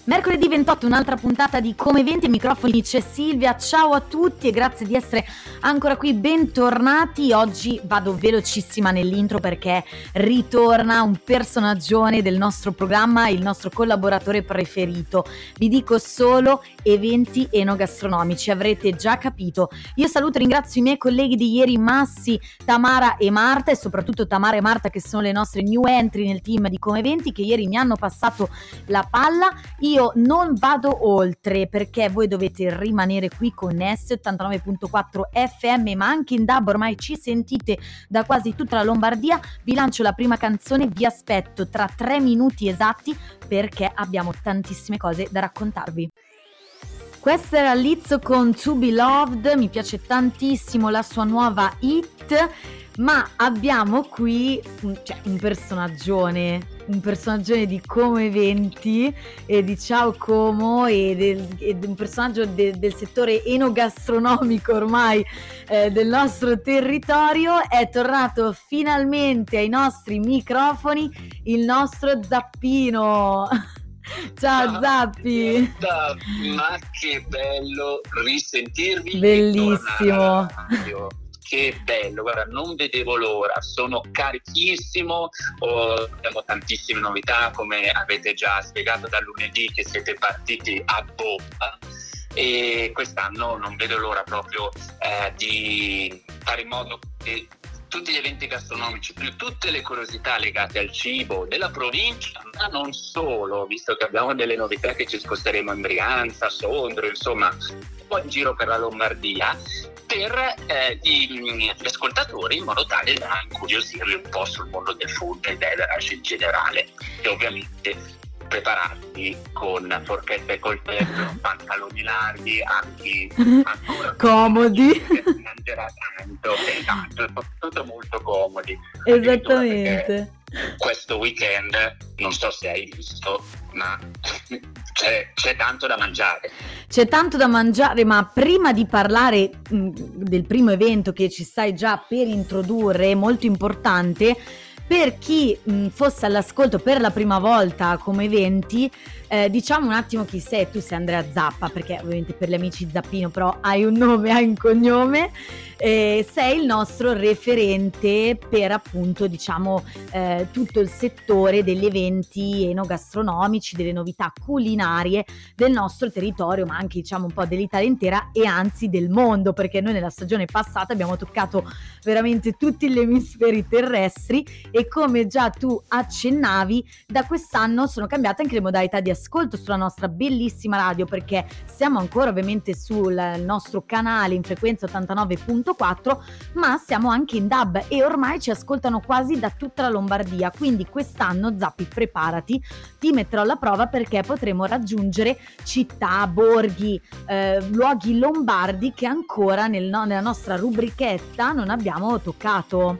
Mercoledì 28, un'altra puntata di Come 20, ai microfoni c'è Silvia, ciao a tutti e grazie di essere ancora qui, bentornati. Oggi vado velocissima nell'intro perché ritorna un personaggione del nostro programma, il nostro collaboratore preferito. Vi dico solo eventi enogastronomici, avrete già capito. Io saluto e ringrazio i miei colleghi di ieri, Massi, Tamara e Marta, e soprattutto Tamara e Marta che sono le nostre new entry nel team di Come 20, che ieri mi hanno passato la palla. Io non vado oltre perché voi dovete rimanere qui connessi. 89.4 FM, ma anche in DAB, ormai ci sentite da quasi tutta la Lombardia. Vi lancio la prima canzone, vi aspetto tra 3 minuti esatti perché abbiamo tantissime cose da raccontarvi. Questa era Lizzo con To Be Loved, mi piace tantissimo la sua nuova hit, ma abbiamo qui un personaggione di Come 20 e di Ciao Como e un personaggio del settore enogastronomico ormai del nostro territorio. È tornato finalmente ai nostri microfoni il nostro Zappino. Ciao Zappi! Ma che bello risentirvi! Bellissimo! Che bello, guarda, non vedevo l'ora, sono carichissimo, abbiamo tantissime novità, come avete già spiegato da lunedì che siete partiti a bomba, e quest'anno non vedo l'ora proprio di fare in modo che tutti gli eventi gastronomici, più tutte le curiosità legate al cibo della provincia, ma non solo, visto che abbiamo delle novità che ci sposteremo in Brianza, Sondrio, insomma, un po' in giro per la Lombardia, per gli ascoltatori, in modo tale da incuriosirli un po' sul mondo del food e beverage in generale, e ovviamente prepararsi con forchetta e coltello, pantaloni larghi, archi ancora comodi, mangerà tanto, esatto, tutto molto comodi. Esattamente. Questo weekend, non so se hai visto, ma c'è tanto da mangiare. C'è tanto da mangiare, ma prima di parlare del primo evento che ci stai già per introdurre, molto importante, per chi fosse all'ascolto per la prima volta Come 20, diciamo un attimo chi sei. Tu sei Andrea Zappa, perché ovviamente per gli amici Zappino, però hai un nome, hai un cognome, sei il nostro referente per appunto diciamo tutto il settore degli eventi enogastronomici, delle novità culinarie del nostro territorio, ma anche diciamo un po' dell'Italia intera e anzi del mondo, perché noi nella stagione passata abbiamo toccato veramente tutti gli emisferi terrestri, e come già tu accennavi, da quest'anno sono cambiate anche le modalità di ascolto sulla nostra bellissima radio, perché siamo ancora ovviamente sul nostro canale in frequenza 89.4, ma siamo anche in DAB e ormai ci ascoltano quasi da tutta la Lombardia. Quindi quest'anno, Zappi, preparati, ti metterò alla prova perché potremo raggiungere città, borghi, luoghi lombardi che ancora nella nostra rubrichetta non abbiamo toccato.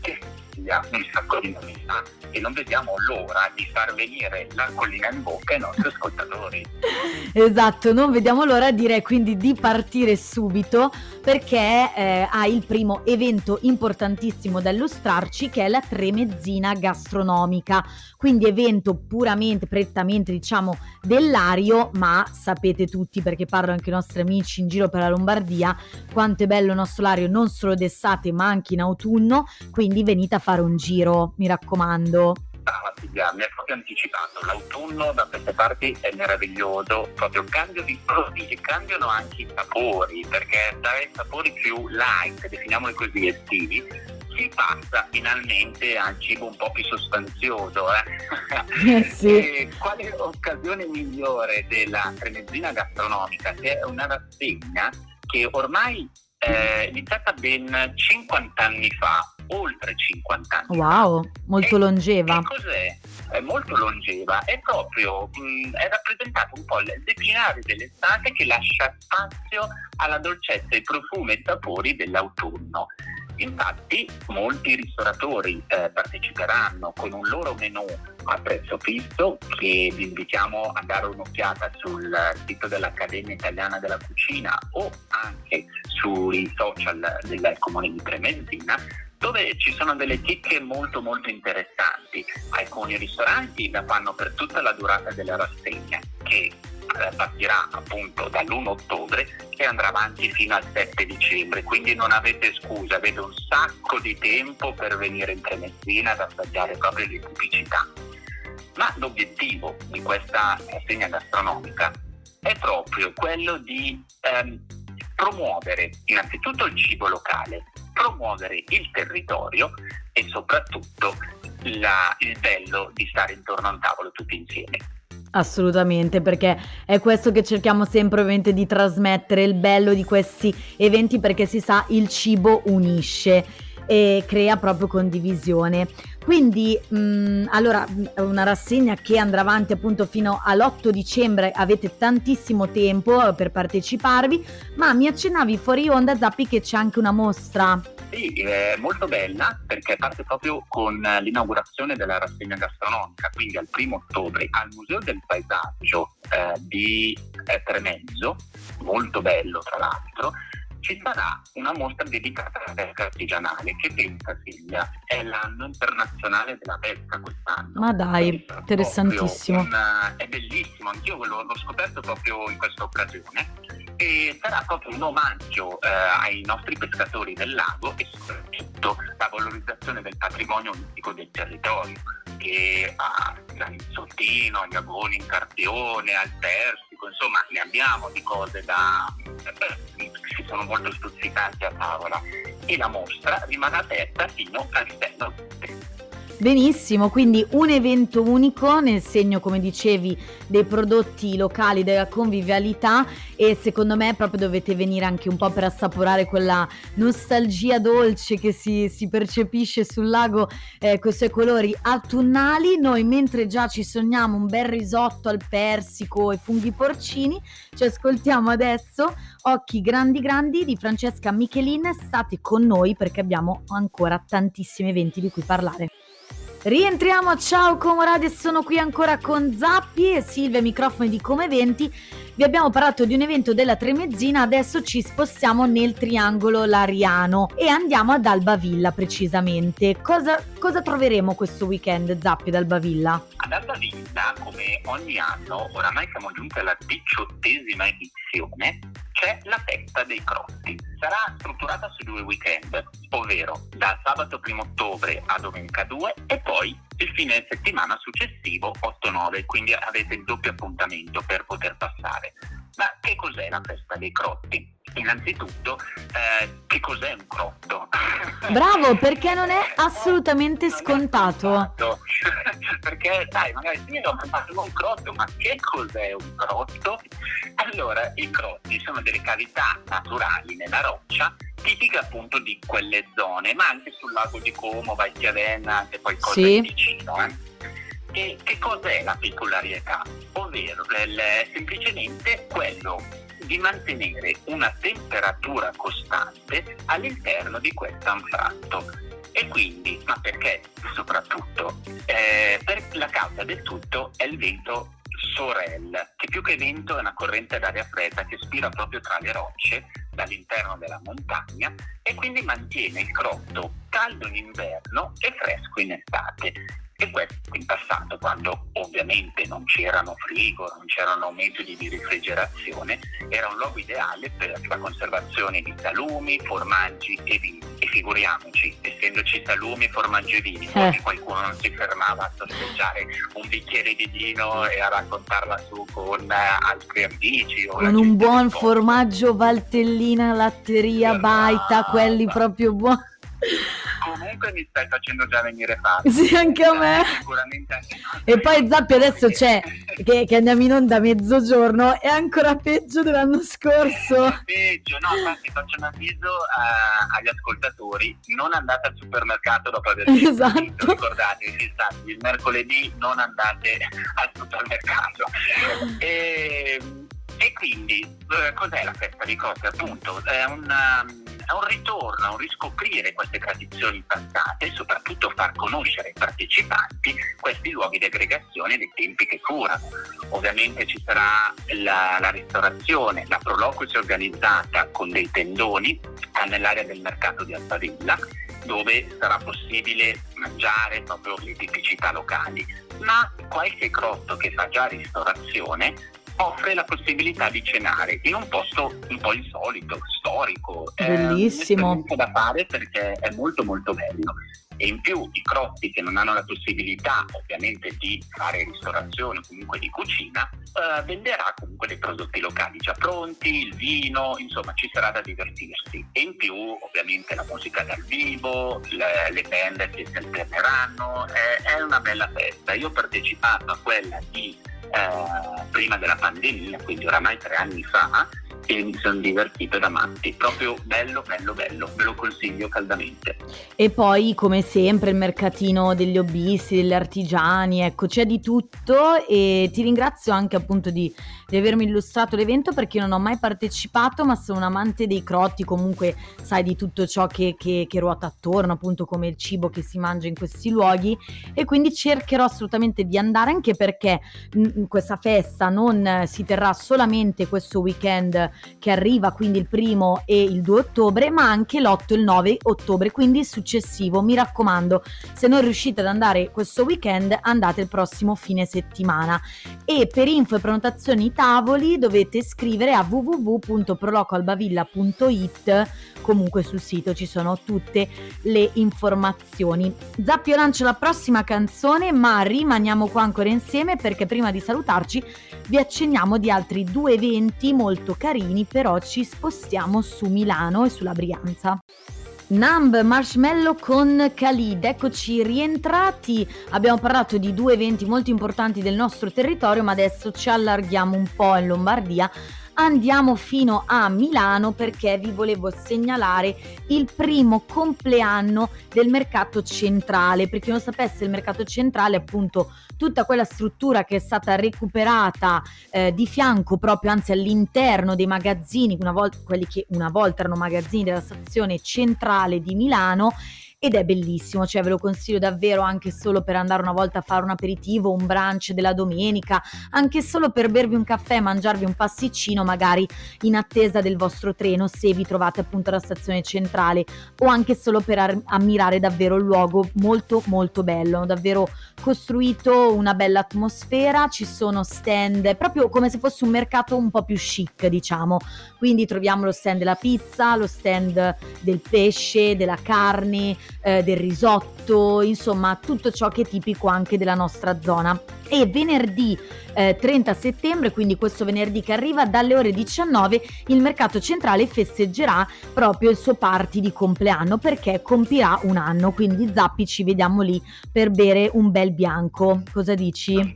Un sacco di novità e non vediamo l'ora di far venire l'acquolina in bocca ai nostri ascoltatori. Esatto, non vediamo l'ora, direi quindi di partire subito perché hai il primo evento importantissimo da illustrarci, che è la Tremezzina gastronomica, quindi evento puramente, prettamente diciamo dell'Ario, ma sapete tutti, perché parlo anche ai nostri amici in giro per la Lombardia, quanto è bello il nostro Lario non solo d'estate ma anche in autunno, quindi venite a fare un giro, mi raccomando. Silvia, mi hai proprio anticipato, l'autunno da queste parti è meraviglioso, proprio cambio di profili, cambiano anche i sapori, perché dai sapori più light, definiamoli così, estivi, si passa finalmente al cibo un po' più sostanzioso. Sì. E quale occasione migliore della Tremezzina gastronomica, che è una rassegna che ormai è iniziata ben 50 anni fa, oltre 50 anni. Wow, molto longeva. Che cos'è? È molto longeva, è proprio è rappresentato un po' il declinare dell'estate che lascia spazio alla dolcezza, ai profumi e sapori dell'autunno. Infatti molti ristoratori parteciperanno con un loro menù a prezzo fisso, che vi invitiamo a dare un'occhiata sul sito dell'Accademia Italiana della Cucina o anche sui social del Comune di Tremezzina, dove ci sono delle chicche molto molto interessanti. Alcuni ristoranti la fanno per tutta la durata della rassegna, che partirà appunto dall'1 ottobre e andrà avanti fino al 7 dicembre, quindi non avete scusa, avete un sacco di tempo per venire in Prenezzina ad assaggiare proprio le tipicità. Ma l'obiettivo di questa rassegna gastronomica è proprio quello di promuovere innanzitutto il cibo locale, promuovere il territorio e soprattutto il bello di stare intorno a un tavolo tutti insieme. Assolutamente, perché è questo che cerchiamo sempre ovviamente di trasmettere, il bello di questi eventi, perché si sa il cibo unisce e crea proprio condivisione. Quindi allora una rassegna che andrà avanti appunto fino all'8 dicembre, avete tantissimo tempo per parteciparvi, ma mi accennavi fuori onda, Zappi, che c'è anche una mostra. Sì, è molto bella perché parte proprio con l'inaugurazione della rassegna gastronomica, quindi al 1 ottobre al Museo del Paesaggio di Tremezzo, molto bello tra l'altro, ci sarà una mostra dedicata alla pesca artigianale. Che pensa, Silvia? È l'anno internazionale della pesca quest'anno. Ma dai, interessantissimo. È bellissimo, anch'io l'ho scoperto proprio in questa occasione. E sarà proprio un omaggio ai nostri pescatori del lago e soprattutto la valorizzazione del patrimonio unico del territorio, che ha il sottino, gli agoni in carpione, al persico, insomma ne abbiamo di cose che sono molto stuzzicanti a tavola, e la mostra rimarrà aperta fino al 6 ottobre. Benissimo, quindi un evento unico nel segno, come dicevi, dei prodotti locali, della convivialità, e secondo me proprio dovete venire anche un po' per assaporare quella nostalgia dolce che si percepisce sul lago con i suoi colori autunnali. Noi, mentre già ci sogniamo un bel risotto al persico e funghi porcini, ci ascoltiamo adesso Occhi grandi grandi di Francesca Michelin. State con noi perché abbiamo ancora tantissimi eventi di cui parlare. Rientriamo a Ciao Como Radio, sono qui ancora con Zappi e Silvia, microfoni di Como Eventi. Vi abbiamo parlato di un evento della Tremezzina, adesso ci spostiamo nel triangolo lariano e andiamo ad Albavilla precisamente. Cosa troveremo questo weekend, Zappi, ad Albavilla? Ad Albavilla, come ogni anno, oramai siamo giunti alla 18ª edizione, c'è la festa dei crotti. Sarà strutturata su 2 weekend, ovvero da sabato 1 ottobre a domenica 2 e poi il fine settimana successivo 8-9, quindi avete il doppio appuntamento per poter passare. Ma che cos'è la festa dei crotti? Innanzitutto, che cos'è un crotto? Bravo, perché non è assolutamente scontato. Perché sai, magari mi do un crotto, ma che cos'è un crotto? Allora, i crotti sono delle cavità naturali nella roccia, tipiche appunto di quelle zone, ma anche sul lago di Como, Val Chiavenna, e poi cose vicino. E che cos'è la peculiarità? Ovvero semplicemente quello di mantenere una temperatura costante all'interno di questo anfratto. E quindi, ma perché soprattutto? Per la causa del tutto è il vento Sorel, che più che vento è una corrente d'aria fredda che spira proprio tra le rocce dall'interno della montagna e quindi mantiene il crotto caldo in inverno e fresco in estate. E questo in passato, quando ovviamente non c'erano frigo, non c'erano metodi di refrigerazione, era un luogo ideale per la conservazione di salumi, formaggi e vini. E figuriamoci, essendoci salumi, formaggi e vini, poi qualcuno non si fermava a sorseggiare un bicchiere di vino e a raccontarla su con altri amici. O con un buon formaggio Valtellina, latteria, baita, quelli proprio buoni. Comunque mi stai facendo già venire fame. Sì, anche a me. Sicuramente anche. E poi Zappi adesso c'è che andiamo in onda a mezzogiorno, è ancora peggio dell'anno scorso. Peggio, no, infatti faccio un avviso agli ascoltatori: non andate al supermercato dopo aver finito. Esatto. Ricordatevi, il mercoledì non andate al supermercato. E quindi cos'è la festa dei crotti? Appunto è un ritorno, un riscoprire queste tradizioni passate e soprattutto far conoscere ai partecipanti questi luoghi di aggregazione dei tempi che furono. Ovviamente ci sarà la ristorazione, la Proloquis organizzata con dei tendoni nell'area del mercato di Albavilla, dove sarà possibile mangiare proprio le tipicità locali, ma qualche crotto che fa già ristorazione offre la possibilità di cenare in un posto un po' insolito, storico. Bellissimo. È un'esperienza da fare perché è molto molto bello. E in più i crotti che non hanno la possibilità ovviamente di fare ristorazione o comunque di cucina, venderà comunque dei prodotti locali già pronti, il vino, insomma ci sarà da divertirsi. E in più ovviamente la musica dal vivo, le band che si alterneranno, è una bella festa. Io ho partecipato a quella di prima della pandemia, quindi oramai 3 anni fa, e mi sono divertito da matti, proprio bello, ve lo consiglio caldamente. E poi come sempre il mercatino degli hobbisti, degli artigiani, ecco c'è di tutto, e ti ringrazio anche appunto di avermi illustrato l'evento, perché io non ho mai partecipato, ma sono un amante dei crotti, comunque sai di tutto ciò che ruota attorno, appunto come il cibo che si mangia in questi luoghi, e quindi cercherò assolutamente di andare, anche perché questa festa non si terrà solamente questo weekend che arriva, quindi il 1° e il 2 ottobre, ma anche l'8 e il 9 ottobre, quindi il successivo. Mi raccomando, se non riuscite ad andare questo weekend, andate il prossimo fine settimana. E per info e prenotazioni tavoli dovete scrivere a www.prolocalbavilla.it, comunque sul sito ci sono tutte le informazioni. Zappio lancia la prossima canzone, ma rimaniamo qua ancora insieme, perché prima di salutarci vi accenniamo di altri 2 eventi molto carini, però ci spostiamo su Milano e sulla Brianza. Numb, Marshmello con Khalid, eccoci rientrati. Abbiamo parlato di 2 eventi molto importanti del nostro territorio, ma adesso ci allarghiamo un po' in Lombardia. Andiamo fino a Milano, perché vi volevo segnalare il primo compleanno del mercato centrale. Per chi non sapesse, il mercato centrale è appunto tutta quella struttura che è stata recuperata di fianco proprio, anzi all'interno dei magazzini, quelli che una volta erano magazzini della stazione centrale di Milano, ed è bellissimo, cioè ve lo consiglio davvero, anche solo per andare una volta a fare un aperitivo, un brunch della domenica, anche solo per bervi un caffè, mangiarvi un pasticcino magari in attesa del vostro treno, se vi trovate appunto alla stazione centrale, o anche solo per ammirare davvero il luogo molto molto bello. Hanno davvero costruito una bella atmosfera, ci sono stand, proprio come se fosse un mercato un po' più chic, diciamo, quindi troviamo lo stand della pizza, lo stand del pesce, della carne, del risotto, insomma tutto ciò che è tipico anche della nostra zona. E venerdì 30 settembre, quindi questo venerdì che arriva, dalle ore 19 il mercato centrale festeggerà proprio il suo party di compleanno, perché compirà 1 anno, quindi Zappi, ci vediamo lì per bere un bel bianco. Cosa dici? Non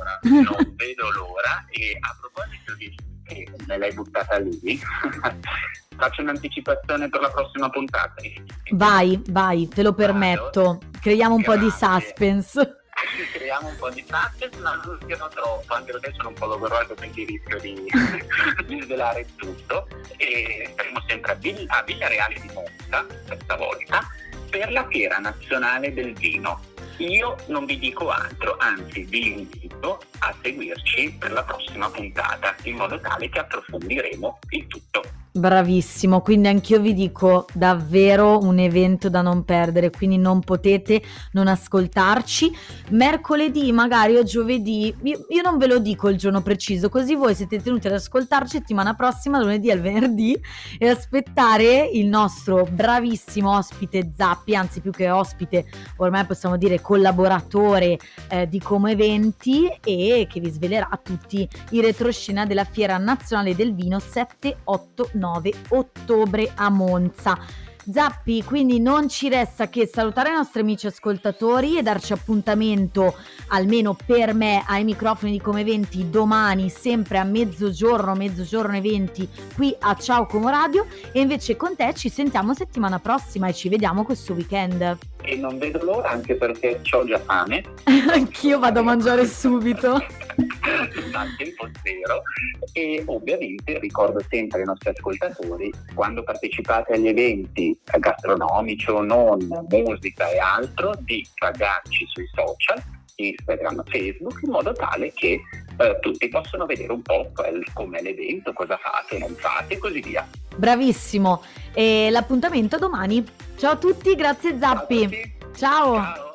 vedo l'ora. E a proposito di che me l'hai buttata lì, faccio un'anticipazione per la prossima puntata. Vai, te lo permetto. Creiamo un po' di suspense. Creiamo un po' di suspense, ma non siamo troppo, anche perché sono un po' logoroso, quindi rischio di svelare tutto. E saremo sempre a Villa Reale di Monza questa volta per la Fiera Nazionale del Vino. Io non vi dico altro, anzi vi invito a seguirci per la prossima puntata, in modo tale che approfondiremo il tutto. Bravissimo, quindi anch'io vi dico davvero un evento da non perdere, quindi non potete non ascoltarci. Mercoledì magari o giovedì, io non ve lo dico il giorno preciso, così voi siete tenuti ad ascoltarci settimana prossima, lunedì al venerdì, e aspettare il nostro bravissimo ospite Zappi, anzi più che ospite ormai possiamo dire collaboratore di Como Eventi, e che vi svelerà tutti i retroscena della Fiera Nazionale del Vino 7, 8, 9 ottobre a Monza. Zappi, quindi non ci resta che salutare i nostri amici ascoltatori e darci appuntamento, almeno per me, ai microfoni di Como Eventi domani, sempre a mezzogiorno e 20, qui a Ciao Como Radio, e invece con te ci sentiamo settimana prossima e ci vediamo questo weekend. E non vedo l'ora, anche perché ho già fame. Anch'io vado a mangiare subito. Al tempo zero. E ovviamente ricordo sempre ai nostri ascoltatori, quando partecipate agli eventi gastronomici o non, musica e altro, di taggarci sui social, Instagram, Facebook, in modo tale che tutti possono vedere un po' com'è l'evento, cosa fate, non fate e così via. Bravissimo. E l'appuntamento domani. Ciao a tutti, grazie Ciao a Zappi. tutti. Ciao. Ciao.